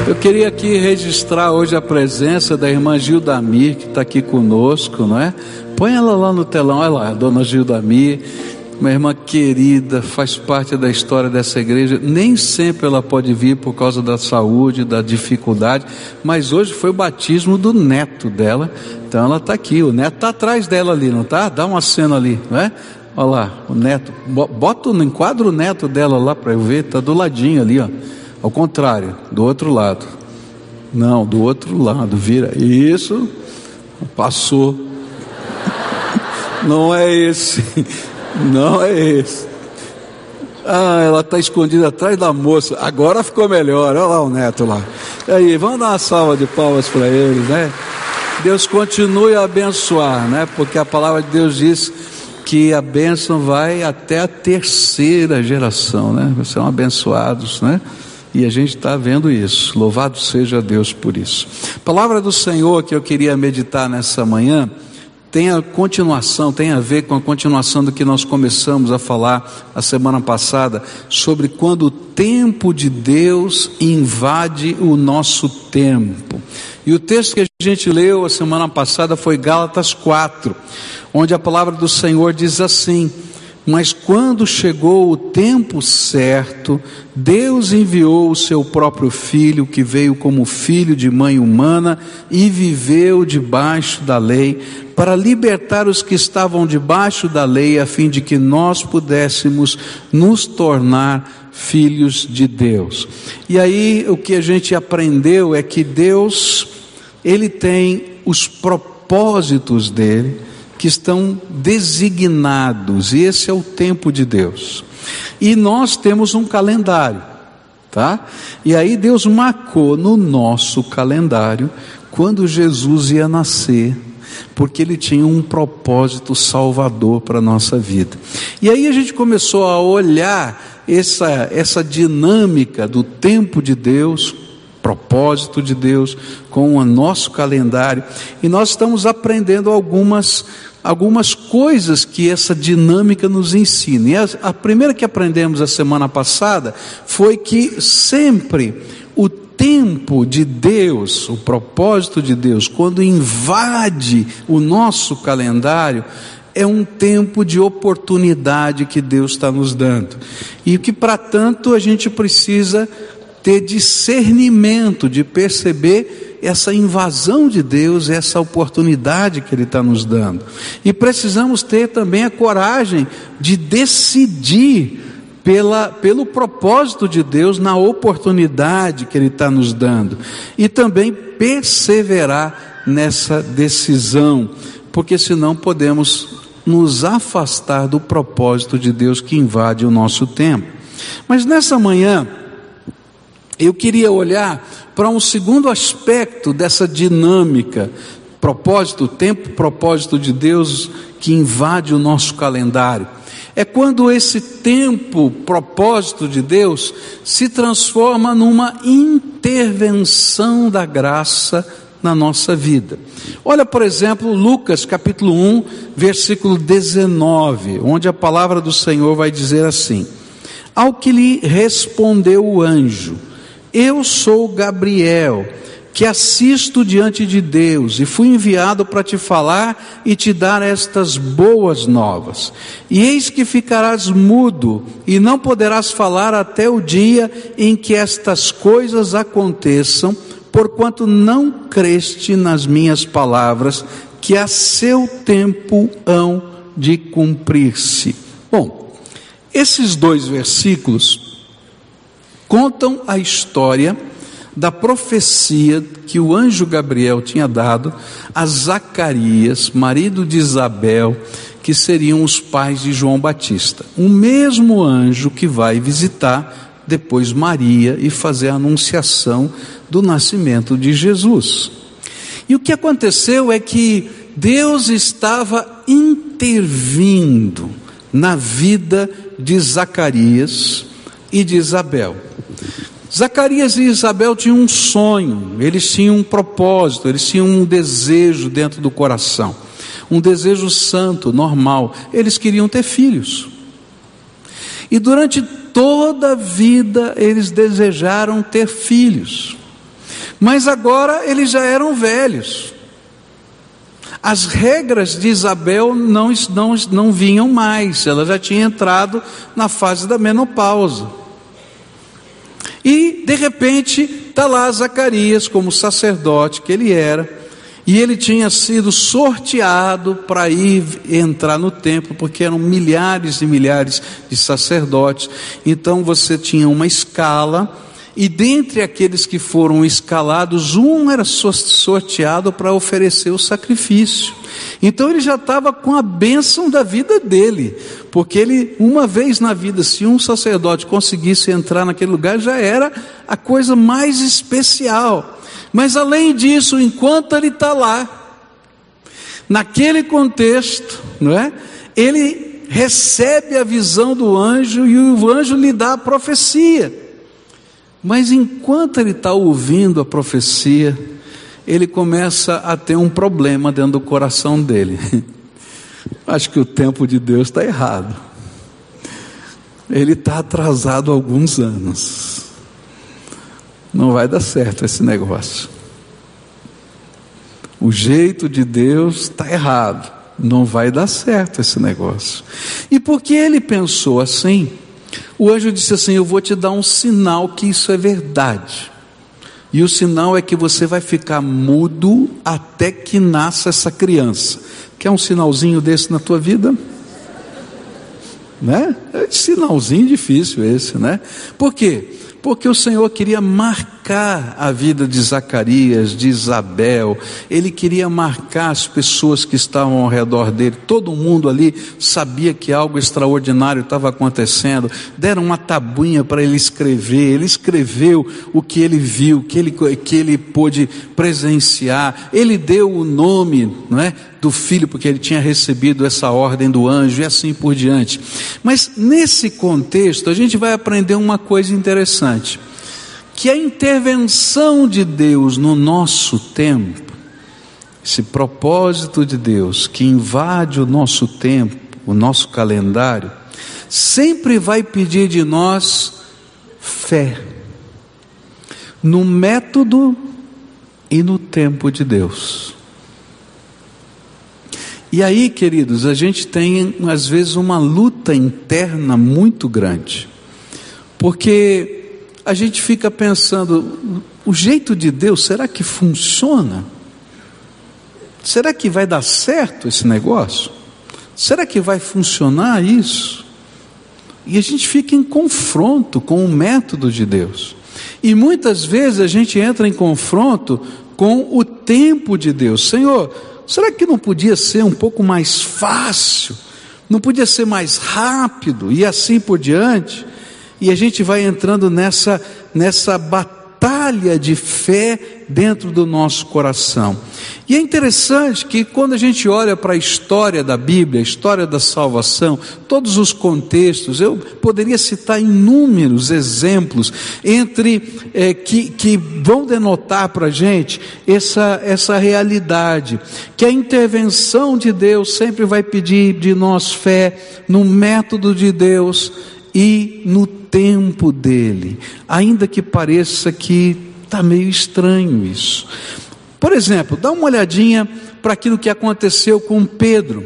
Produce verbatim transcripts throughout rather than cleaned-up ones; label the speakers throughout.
Speaker 1: Eu queria aqui registrar hoje a presença da irmã Gildamir, que está aqui conosco, não é? Põe ela lá no telão, olha lá, a dona Gildamir, uma irmã querida, faz parte da história dessa igreja. Nem sempre ela pode vir por causa da saúde, da dificuldade, mas hoje foi o batismo do neto dela, então ela está aqui, o neto está atrás dela ali, não está? Dá uma cena ali, não é? Olha lá, o neto, bota, enquadra o neto dela lá para eu ver, está do ladinho ali, ó. Ao contrário, do outro lado. Não, do outro lado, vira. Isso, passou. Não é esse. Não é esse. Ah, ela está escondida atrás da moça. Agora ficou melhor. Olha lá o neto lá. E aí, vamos dar uma salva de palmas para eles, né? Deus continue a abençoar, né? Porque a palavra de Deus diz que a bênção vai até a terceira geração, né? São abençoados, né? E a gente está vendo isso, louvado seja Deus por isso. A palavra do Senhor que eu queria meditar nessa manhã tem a continuação, tem a ver com a continuação do que nós começamos a falar a semana passada, sobre quando o tempo de Deus invade o nosso tempo. E o texto que a gente leu a semana passada foi Gálatas quatro, onde a palavra do Senhor diz assim: mas quando chegou o tempo certo, Deus enviou o seu próprio Filho, que veio como filho de mãe humana e viveu debaixo da lei, para libertar os que estavam debaixo da lei, a fim de que nós pudéssemos nos tornar filhos de Deus. E aí o que a gente aprendeu é que Deus, Ele tem os propósitos dele, que estão designados, e esse é o tempo de Deus. E nós temos um calendário, tá? E aí Deus marcou no nosso calendário quando Jesus ia nascer, porque Ele tinha um propósito salvador para a nossa vida. E aí a gente começou a olhar essa, essa dinâmica do tempo de Deus, propósito de Deus, com o nosso calendário, e nós estamos aprendendo algumas algumas coisas que essa dinâmica nos ensina. E a, a primeira que aprendemos a semana passada foi que sempre o tempo de Deus, o propósito de Deus, quando invade o nosso calendário, é um tempo de oportunidade que Deus está nos dando, e que para tanto a gente precisa ter discernimento de perceber essa invasão de Deus, essa oportunidade que Ele está nos dando. E precisamos ter também a coragem de decidir pela, pelo propósito de Deus na oportunidade que Ele está nos dando. E também perseverar nessa decisão, porque senão podemos nos afastar do propósito de Deus que invade o nosso tempo. Mas nessa manhã, eu queria olhar para um segundo aspecto dessa dinâmica, propósito, tempo, propósito de Deus que invade o nosso calendário. É quando esse tempo, propósito de Deus, se transforma numa intervenção da graça na nossa vida. Olha, por exemplo, Lucas capítulo um, versículo dezenove, onde a palavra do Senhor vai dizer assim: ao que lhe respondeu o anjo: eu sou Gabriel, que assisto diante de Deus, e fui enviado para te falar e te dar estas boas novas. E eis que ficarás mudo, e não poderás falar até o dia em que estas coisas aconteçam, porquanto não creste nas minhas palavras, que a seu tempo hão de cumprir-se. Bom, esses dois versículos contam a história da profecia que o anjo Gabriel tinha dado a Zacarias, marido de Isabel, que seriam os pais de João Batista. O mesmo anjo que vai visitar depois Maria e fazer a anunciação do nascimento de Jesus. E o que aconteceu é que Deus estava intervindo na vida de Zacarias e de Isabel. Zacarias e Isabel tinham um sonho, eles tinham um propósito, eles tinham um desejo dentro do coração, um desejo santo, normal. Eles queriam ter filhos. E durante toda a vida eles desejaram ter filhos. Mas agora eles já eram velhos. As regras de Isabel não, não, não vinham mais, ela já tinha entrado na fase da menopausa. E de repente está lá Zacarias, como sacerdote que ele era, e ele tinha sido sorteado para ir entrar no templo, porque eram milhares e milhares de sacerdotes. Então você tinha uma escala, e dentre aqueles que foram escalados, um era sorteado para oferecer o sacrifício. Então ele já estava com a bênção da vida dele, porque ele, uma vez na vida, se um sacerdote conseguisse entrar naquele lugar, já era a coisa mais especial. Mas além disso, enquanto ele está lá, naquele contexto, não é? Ele recebe a visão do anjo e o anjo lhe dá a profecia. Mas enquanto ele está ouvindo a profecia, ele começa a ter um problema dentro do coração dele. Acho que o tempo de Deus está errado. Ele está atrasado há alguns anos. Não vai dar certo esse negócio. O jeito de Deus está errado. Não vai dar certo esse negócio. E porque ele pensou assim, o anjo disse assim: eu vou te dar um sinal que isso é verdade. E o sinal é que você vai ficar mudo até que nasça essa criança. Quer um sinalzinho desse na tua vida? Né? É sinalzinho difícil esse, né? Por quê? Porque o Senhor queria marcar a vida de Zacarias, de Isabel. Ele queria marcar as pessoas que estavam ao redor dele. Todo mundo ali sabia que algo extraordinário estava acontecendo. Deram uma tabuinha para ele escrever. Ele escreveu o que ele viu, que ele, que ele pôde presenciar. Ele deu o nome, não é, do filho, porque ele tinha recebido essa ordem do anjo, e assim por diante. Mas nesse contexto a gente vai aprender uma coisa interessante, que a intervenção de Deus no nosso tempo, esse propósito de Deus que invade o nosso tempo, o nosso calendário, sempre vai pedir de nós fé no método e no tempo de Deus. E aí, queridos, a gente tem às vezes uma luta interna muito grande, porque a gente fica pensando, o jeito de Deus, será que funciona? Será que vai dar certo esse negócio? Será que vai funcionar isso? E a gente fica em confronto com o método de Deus, e muitas vezes a gente entra em confronto com o tempo de Deus. Senhor, será que não podia ser um pouco mais fácil? Não podia ser mais rápido? E assim por diante. E a gente vai entrando nessa, nessa batalha de fé dentro do nosso coração. E é interessante que quando a gente olha para a história da Bíblia, a história da salvação, todos os contextos, eu poderia citar inúmeros exemplos entre é, que, que vão denotar para a gente essa, essa realidade, que a intervenção de Deus sempre vai pedir de nós fé no método de Deus e no tempo dele, ainda que pareça que está meio estranho isso. Por exemplo, dá uma olhadinha para aquilo que aconteceu com Pedro.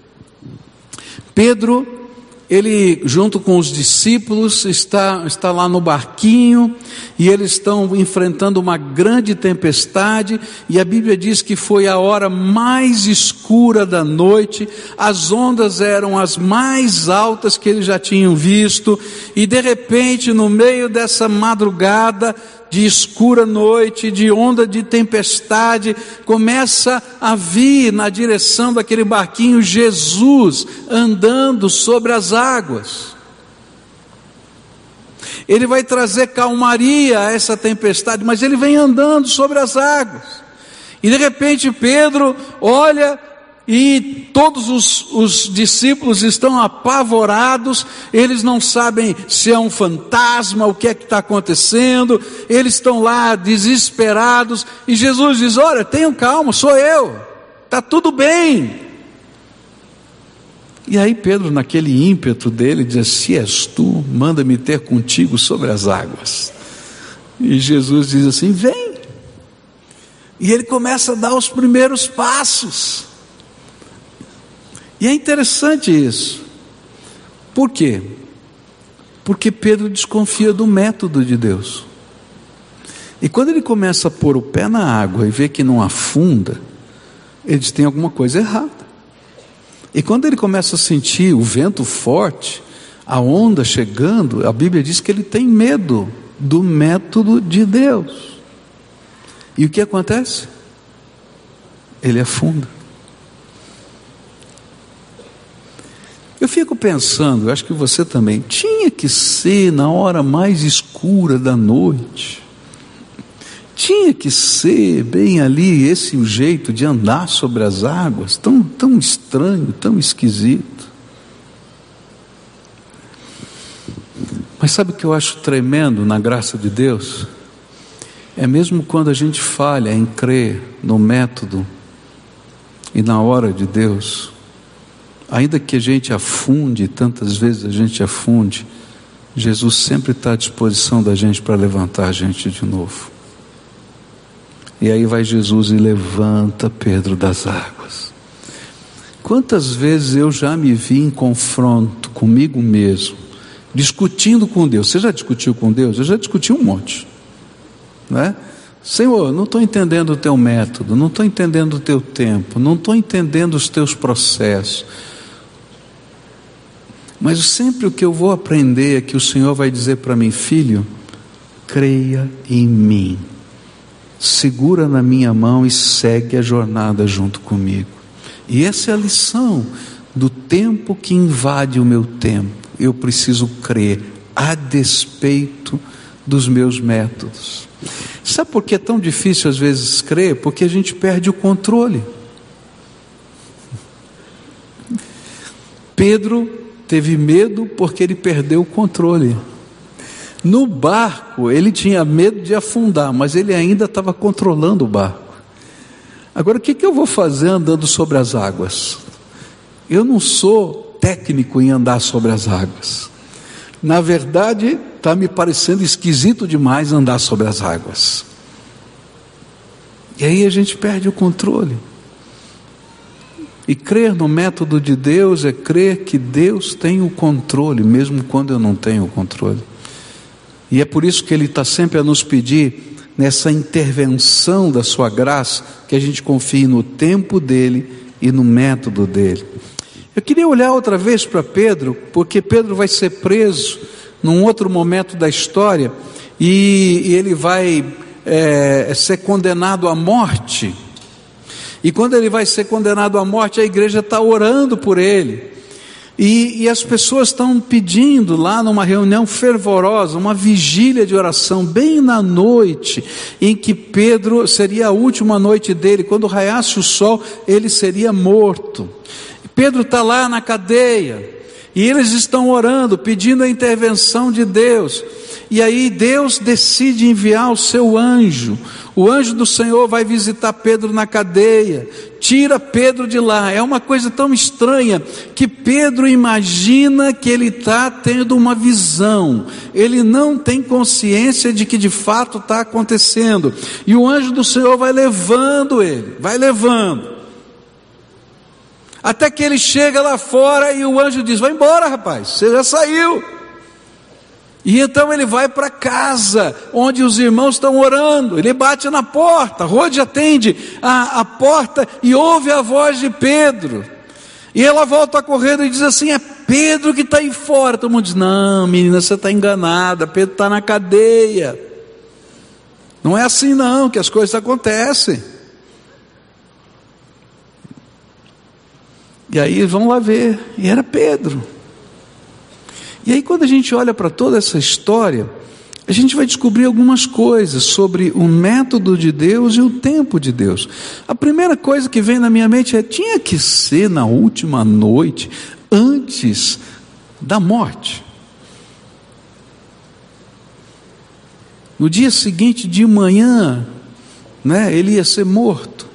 Speaker 1: Pedro, ele junto com os discípulos está, está lá no barquinho, e eles estão enfrentando uma grande tempestade, e a Bíblia diz que foi a hora mais escura da noite, as ondas eram as mais altas que eles já tinham visto, e de repente no meio dessa madrugada de escura noite, de onda de tempestade, começa a vir na direção daquele barquinho Jesus andando sobre as águas. Ele vai trazer calmaria a essa tempestade, mas ele vem andando sobre as águas. E de repente Pedro olha, e todos os, os discípulos estão apavorados, eles não sabem se é um fantasma, o que é que está acontecendo, eles estão lá desesperados, e Jesus diz: olha, tenham calma, sou eu, está tudo bem. E aí Pedro, naquele ímpeto dele, diz: se és tu, manda-me ter contigo sobre as águas. E Jesus diz assim: vem. E ele começa a dar os primeiros passos. E é interessante isso. Por quê? Porque Pedro desconfia do método de Deus. E quando ele começa a pôr o pé na água e vê que não afunda, ele diz: tem alguma coisa errada. E quando ele começa a sentir o vento forte, a onda chegando, a Bíblia diz que ele tem medo do método de Deus. E o que acontece? Ele afunda. Eu fico pensando, eu acho que você também, tinha que ser na hora mais escura da noite, tinha que ser bem ali, esse o jeito de andar sobre as águas, tão, tão estranho, tão esquisito. Mas sabe o que eu acho tremendo na graça de Deus? É mesmo quando a gente falha em crer no método e na hora de Deus, ainda que a gente afunde, tantas vezes a gente afunde, Jesus sempre está à disposição da gente para levantar a gente de novo. E aí vai Jesus e levanta Pedro das águas. Quantas vezes eu já me vi em confronto comigo mesmo, discutindo com Deus. Você já discutiu com Deus? Eu já discuti um monte, não é? Senhor, não estou entendendo o teu método, não estou entendendo o teu tempo, não estou entendendo os teus processos. Mas sempre o que eu vou aprender é que o Senhor vai dizer para mim: filho, creia em mim, segura na minha mão e segue a jornada junto comigo. E essa é a lição do tempo que invade o meu tempo. Eu preciso crer a despeito dos meus métodos. Sabe por que é tão difícil às vezes crer? Porque a gente perde o controle. Pedro teve medo porque ele perdeu o controle. No barco ele tinha medo de afundar, mas ele ainda estava controlando o barco. Agora o que, que eu vou fazer andando sobre as águas? Eu não sou técnico em andar sobre as águas. Na verdade está me parecendo esquisito demais andar sobre as águas. E aí a gente perde o controle. E crer no método de Deus é crer que Deus tem o controle, mesmo quando eu não tenho o controle. E é por isso que Ele está sempre a nos pedir, nessa intervenção da sua graça, que a gente confie no tempo dEle e no método dEle. Eu queria olhar outra vez para Pedro, porque Pedro vai ser preso num outro momento da história, e, e ele vai é, ser condenado à morte. E quando ele vai ser condenado à morte, a igreja está orando por ele. E, e as pessoas estão pedindo lá numa reunião fervorosa, uma vigília de oração, bem na noite, em que Pedro, seria a última noite dele, quando raiasse o sol, ele seria morto. Pedro está lá na cadeia, e eles estão orando, pedindo a intervenção de Deus. E aí Deus decide enviar o seu anjo. O anjo do Senhor vai visitar Pedro na cadeia, tira Pedro de lá. É uma coisa tão estranha que Pedro imagina que ele está tendo uma visão. Ele não tem consciência de que de fato está acontecendo. E o anjo do Senhor vai levando ele, vai levando. Até que ele chega lá fora e o anjo diz: vai embora, rapaz, você já saiu. E então ele vai para casa, onde os irmãos estão orando. Ele bate na porta, Rode atende a, a porta e ouve a voz de Pedro. E ela volta correndo e diz assim: é Pedro que está aí fora. Todo mundo diz: não, menina, você está enganada, Pedro está na cadeia. Não é assim não que as coisas acontecem. E aí vão lá ver, e era Pedro. E aí quando a gente olha para toda essa história, a gente vai descobrir algumas coisas sobre o método de Deus e o tempo de Deus. A primeira coisa que vem na minha mente é: tinha que ser na última noite, antes da morte. No dia seguinte de manhã, né, ele ia ser morto.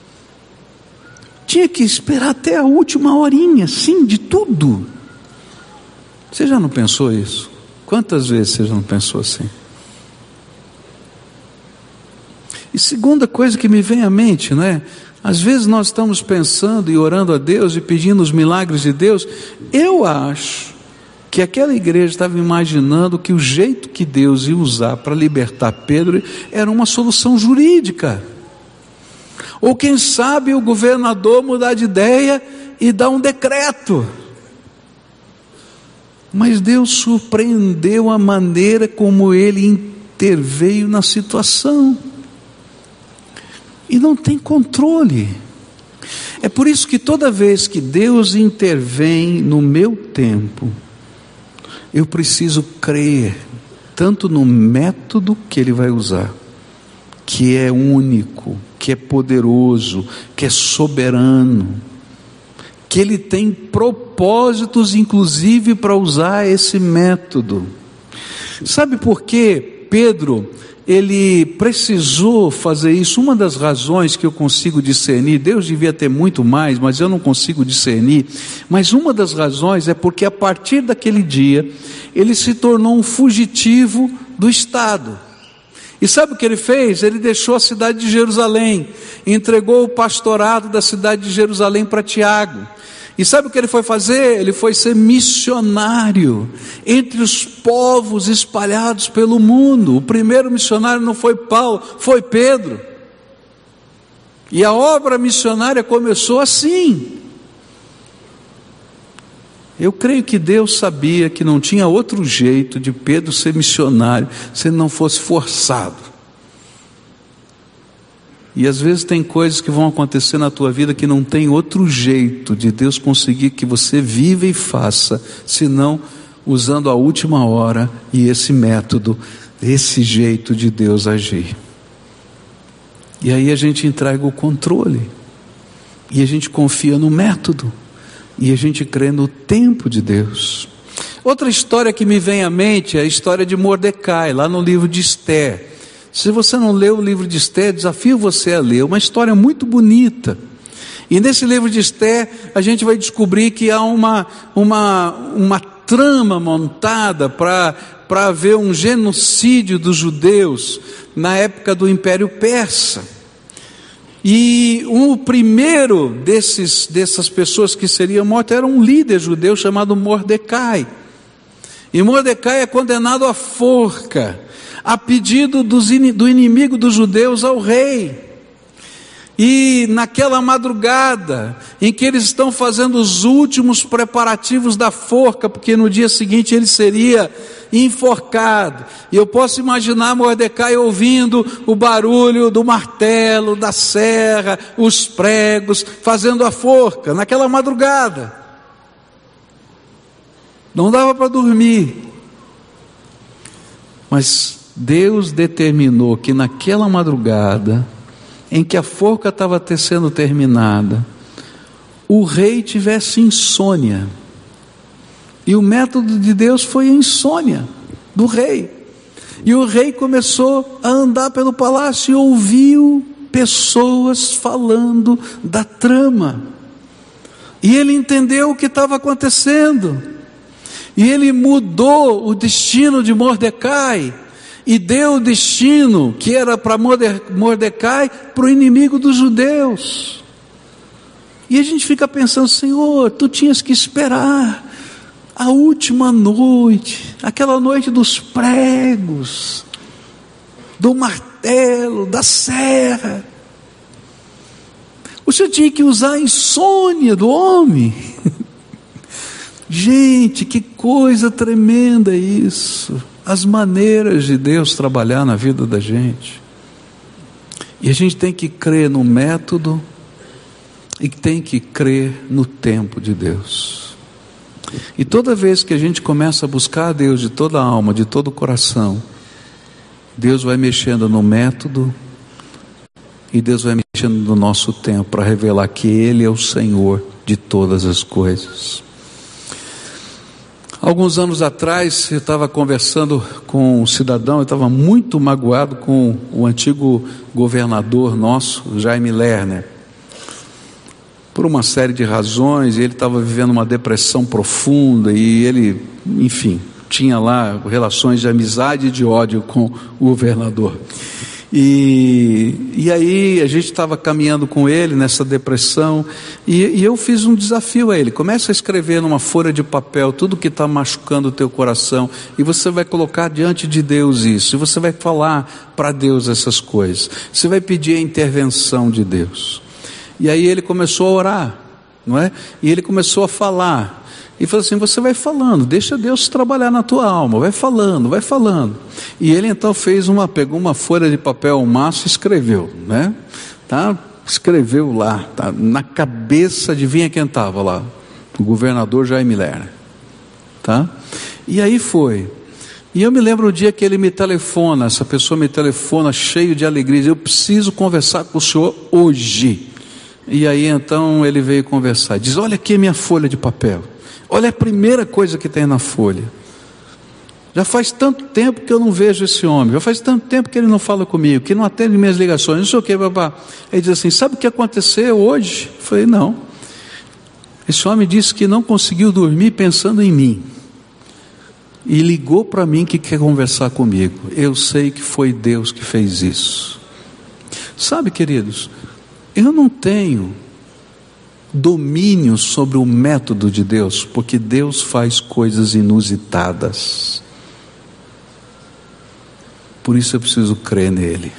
Speaker 1: Tinha que esperar até a última horinha, sim, de tudo. Você já não pensou isso? Quantas vezes você já não pensou assim? E segunda coisa que me vem à mente, não é? Às vezes nós estamos pensando e orando a Deus e pedindo os milagres de Deus. Eu acho que aquela igreja estava imaginando que o jeito que Deus ia usar para libertar Pedro era uma solução jurídica. Ou quem sabe o governador mudar de ideia e dar um decreto. Mas Deus surpreendeu a maneira como Ele interveio na situação. E não tem controle. É por isso que toda vez que Deus intervém no meu tempo, eu preciso crer tanto no método que Ele vai usar, que é único, que é poderoso, que é soberano, que Ele tem propósitos inclusive para usar esse método. Sabe por que Pedro, ele precisou fazer isso? Uma das razões que eu consigo discernir, Deus devia ter muito mais, mas eu não consigo discernir, mas uma das razões é porque a partir daquele dia, ele se tornou um fugitivo do Estado. E sabe o que ele fez? Ele deixou a cidade de Jerusalém, entregou o pastorado da cidade de Jerusalém para Tiago. E sabe o que ele foi fazer? Ele foi ser missionário entre os povos espalhados pelo mundo. O primeiro missionário não foi Paulo, foi Pedro. E a obra missionária começou assim. Eu creio que Deus sabia que não tinha outro jeito de Pedro ser missionário se ele não fosse forçado. E às vezes tem coisas que vão acontecer na tua vida que não tem outro jeito de Deus conseguir que você viva e faça, senão usando a última hora e esse método, esse jeito de Deus agir. E aí a gente entrega o controle, e a gente confia no método, e a gente crê no tempo de Deus. Outra história que me vem à mente é a história de Mordecai, lá no livro de Esther. Se você não leu o livro de Esther, desafio você a ler, uma história muito bonita. E nesse livro de Esther, a gente vai descobrir que há uma, uma, uma trama montada para para haver um genocídio dos judeus na época do Império Persa. E o primeiro desses, dessas pessoas que seriam mortas era um líder judeu chamado Mordecai. E Mordecai é condenado à forca, a pedido dos, do inimigo dos judeus ao rei. E naquela madrugada, em que eles estão fazendo os últimos preparativos da forca, porque no dia seguinte ele seria enforcado, e eu posso imaginar Mordecai ouvindo o barulho do martelo, da serra, os pregos, fazendo a forca, naquela madrugada. Não dava para dormir, mas Deus determinou que naquela madrugada, em que a forca estava sendo terminada, o rei tivesse insônia. E o método de Deus foi a insônia do rei. E o rei começou a andar pelo palácio e ouviu pessoas falando da trama. E ele entendeu o que estava acontecendo. E ele mudou o destino de Mordecai e deu o destino que era para Mordecai para o inimigo dos judeus. E a gente fica pensando: Senhor, tu tinhas que esperar a última noite, aquela noite dos pregos, do martelo, da serra. O Senhor tinha que usar a insônia do homem. Gente, que coisa tremenda isso. As maneiras de Deus trabalhar na vida da gente. E a gente tem que crer no método e tem que crer no tempo de Deus. E toda vez que a gente começa a buscar a Deus de toda a alma, de todo o coração, Deus vai mexendo no método e Deus vai mexendo no nosso tempo para revelar que Ele é o Senhor de todas as coisas. Alguns anos atrás, eu estava conversando com um cidadão, eu estava muito magoado com o antigo governador nosso, Jaime Lerner, por uma série de razões. Ele estava vivendo uma depressão profunda e ele, enfim, tinha lá relações de amizade e de ódio com o governador. E, e aí a gente estava caminhando com ele nessa depressão, e, e eu fiz um desafio a ele: começa a escrever numa folha de papel tudo que está machucando o teu coração, e você vai colocar diante de Deus isso, e você vai falar para Deus essas coisas, você vai pedir a intervenção de Deus. E aí ele começou a orar, não é? E ele começou a falar, e falou assim: você vai falando, deixa Deus trabalhar na tua alma, vai falando, vai falando. E ele então fez uma, pegou uma folha de papel, um maço, e escreveu, né? Tá? Escreveu lá, tá? Na cabeça, adivinha quem estava lá? O governador Jaime Lerner, tá? E aí foi. E eu me lembro o dia que ele me telefona, essa pessoa me telefona cheio de alegria, diz: eu preciso conversar com o senhor hoje. E aí então ele veio conversar, diz: olha aqui a minha folha de papel, olha a primeira coisa que tem na folha. Já faz tanto tempo que eu não vejo esse homem, já faz tanto tempo que ele não fala comigo, que não atende minhas ligações, não sei o que, babá. Ele diz assim: sabe o que aconteceu hoje? Eu falei: não. Esse homem disse que não conseguiu dormir pensando em mim, e ligou para mim que quer conversar comigo. Eu sei que foi Deus que fez isso. Sabe, queridos, eu não tenho domínio sobre o método de Deus, porque Deus faz coisas inusitadas. Por isso eu preciso crer nele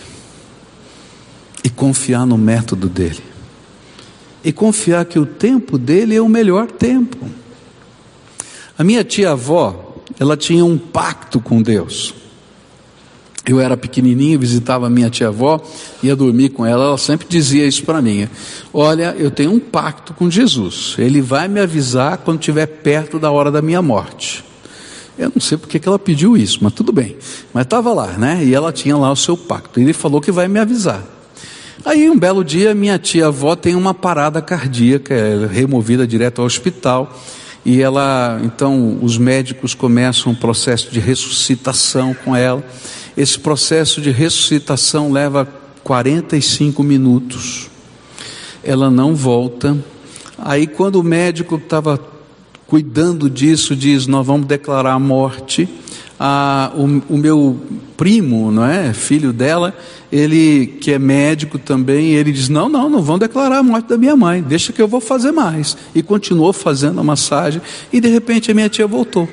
Speaker 1: e confiar no método dele, e confiar que o tempo dele é o melhor tempo. A minha tia-avó, ela tinha um pacto com Deus. Eu era pequenininho, visitava a minha tia-avó, ia dormir com ela, ela sempre dizia isso para mim: olha, eu tenho um pacto com Jesus, ele vai me avisar quando estiver perto da hora da minha morte. Eu não sei porque que ela pediu isso, mas tudo bem, mas estava lá, né? E ela tinha lá o seu pacto, ele falou que vai me avisar. Aí um belo dia minha tia-avó tem uma parada cardíaca, é removida direto ao hospital, e ela, então os médicos começam um processo de ressuscitação com ela. Esse processo de ressuscitação leva quarenta e cinco minutos, ela não volta. Aí quando o médico que estava cuidando disso diz: nós vamos declarar a morte, a, o, o meu primo, não é, filho dela, ele que é médico também, ele diz: não, não, não vão declarar a morte da minha mãe, deixa que eu vou fazer mais. E continuou fazendo a massagem, e de repente a minha tia voltou,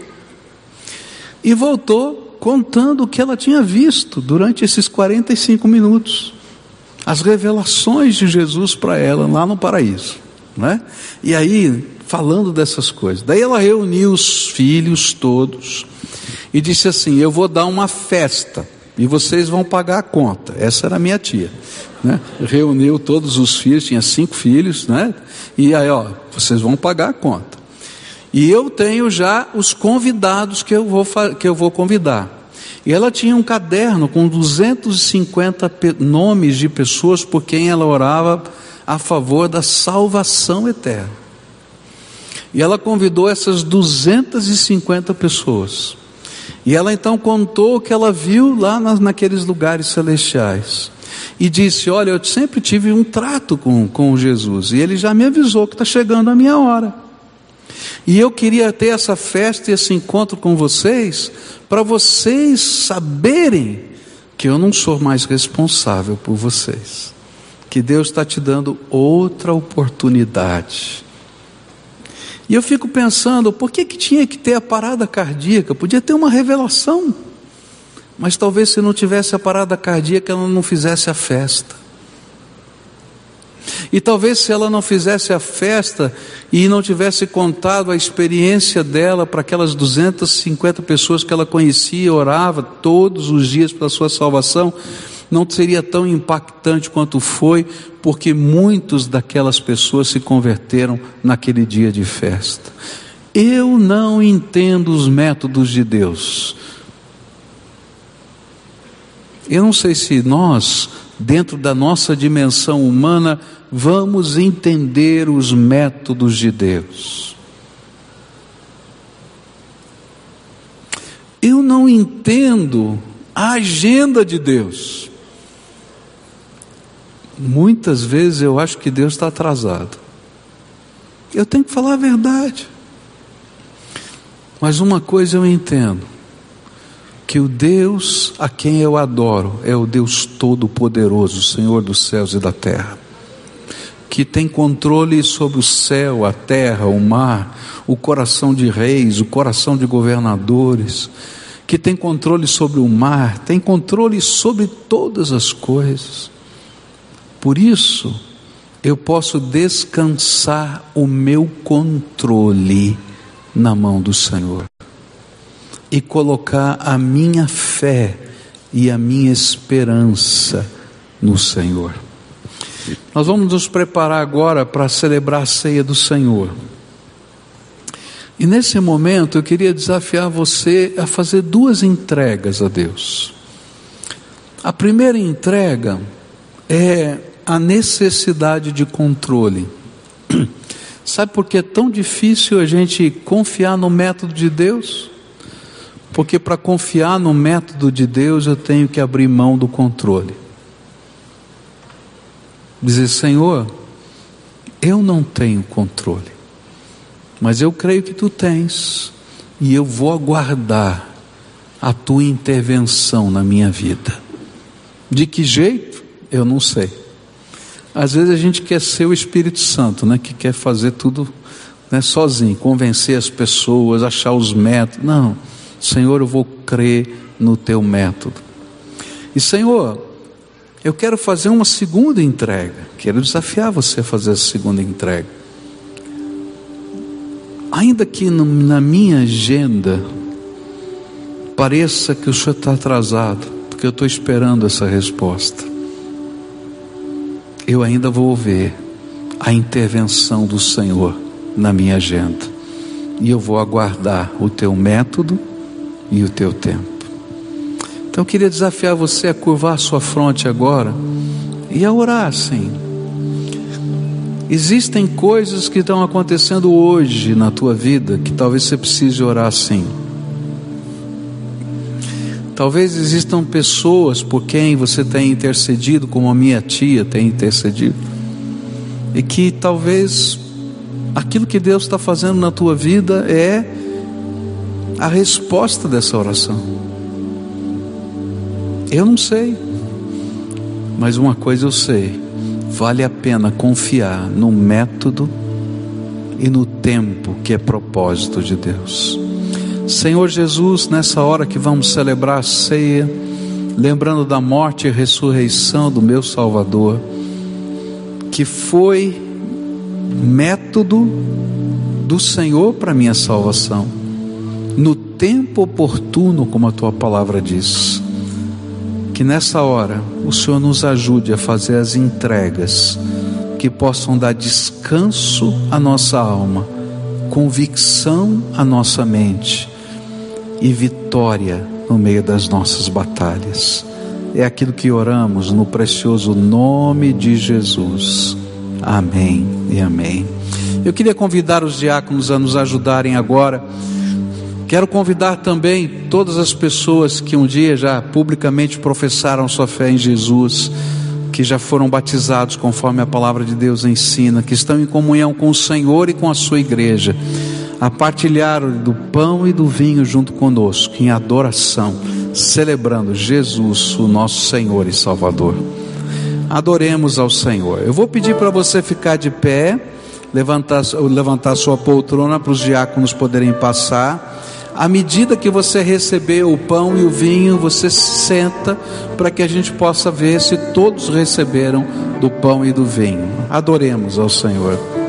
Speaker 1: e voltou contando o que ela tinha visto durante esses quarenta e cinco minutos, as revelações de Jesus para ela lá no paraíso, né? E aí falando dessas coisas, daí ela reuniu os filhos todos e disse assim: eu vou dar uma festa e vocês vão pagar a conta. Essa era a minha tia, né? Reuniu todos os filhos, tinha cinco filhos, né? E aí, ó, vocês vão pagar a conta. E eu tenho já os convidados que eu vou, que eu vou convidar. E ela tinha um caderno com duzentos e cinquenta nomes de pessoas por quem ela orava a favor da salvação eterna. E ela convidou essas duzentas e cinquenta pessoas. E ela então contou o que ela viu lá nas, naqueles lugares celestiais. E disse: olha, eu sempre tive um trato com, com Jesus, e ele já me avisou que está chegando a minha hora. E eu queria ter essa festa e esse encontro com vocês, para vocês saberem que eu não sou mais responsável por vocês, que Deus está te dando outra oportunidade. E eu fico pensando, por que que tinha que ter a parada cardíaca? Podia ter uma revelação, mas talvez se não tivesse a parada cardíaca, ela não fizesse a festa. E talvez se ela não fizesse a festa e não tivesse contado a experiência dela para aquelas duzentas e cinquenta pessoas que ela conhecia, orava todos os dias pela sua salvação, não seria tão impactante quanto foi, porque muitos daquelas pessoas se converteram naquele dia de festa. Eu não entendo os métodos de Deus. Eu não sei se nós, dentro da nossa dimensão humana, vamos entender os métodos de Deus. Eu não entendo a agenda de Deus. Muitas vezes eu acho que Deus está atrasado. Eu tenho que falar a verdade. Mas uma coisa eu entendo, que o Deus a quem eu adoro é o Deus Todo-Poderoso, Senhor dos céus e da terra, que tem controle sobre o céu, a terra, o mar, o coração de reis, o coração de governadores, que tem controle sobre o mar, tem controle sobre todas as coisas. Por isso, eu posso descansar o meu controle na mão do Senhor e colocar a minha fé e a minha esperança no Senhor. Nós vamos nos preparar agora para celebrar a ceia do Senhor. E nesse momento eu queria desafiar você a fazer duas entregas a Deus. A primeira entrega é a necessidade de controle. Sabe por que é tão difícil a gente confiar no método de Deus? Porque para confiar no método de Deus eu tenho que abrir mão do controle. Dizer: Senhor, eu não tenho controle, mas eu creio que Tu tens, e eu vou aguardar a Tua intervenção na minha vida. De que jeito? Eu não sei. Às vezes a gente quer ser o Espírito Santo, né? Que quer fazer tudo, né, sozinho, convencer as pessoas, achar os métodos. Não, Senhor, eu vou crer no Teu método. E Senhor, eu quero fazer uma segunda entrega. Quero desafiar você a fazer a segunda entrega. Ainda que no, na minha agenda pareça que o Senhor está atrasado, porque eu estou esperando essa resposta, eu ainda vou ver a intervenção do Senhor na minha agenda, e eu vou aguardar o Teu método e o Teu tempo. Então eu queria desafiar você a curvar a sua fronte agora e a orar assim. Existem coisas que estão acontecendo hoje na tua vida que talvez você precise orar assim. Talvez existam pessoas por quem você tem intercedido, como a minha tia tem intercedido, e que talvez aquilo que Deus está fazendo na tua vida é a resposta dessa oração. Eu não sei, mas uma coisa eu sei: vale a pena confiar no método e no tempo que é propósito de Deus. Senhor Jesus, nessa hora que vamos celebrar a ceia, lembrando da morte e ressurreição do meu Salvador, que foi método do Senhor para minha salvação, no tempo oportuno, como a Tua palavra diz, que nessa hora o Senhor nos ajude a fazer as entregas que possam dar descanso à nossa alma, convicção à nossa mente e vitória no meio das nossas batalhas. É aquilo que oramos no precioso nome de Jesus. Amém e amém. Eu queria convidar os diáconos a nos ajudarem agora. Quero convidar também todas as pessoas que um dia já publicamente professaram sua fé em Jesus, que já foram batizados conforme a palavra de Deus ensina, que estão em comunhão com o Senhor e com a sua igreja, a partilhar do pão e do vinho junto conosco, em adoração, celebrando Jesus, o nosso Senhor e Salvador. Adoremos ao Senhor. Eu vou pedir para você ficar de pé, levantar, levantar sua poltrona para os diáconos poderem passar. À medida que você receber o pão e o vinho, você se senta para que a gente possa ver se todos receberam do pão e do vinho. Adoremos ao Senhor.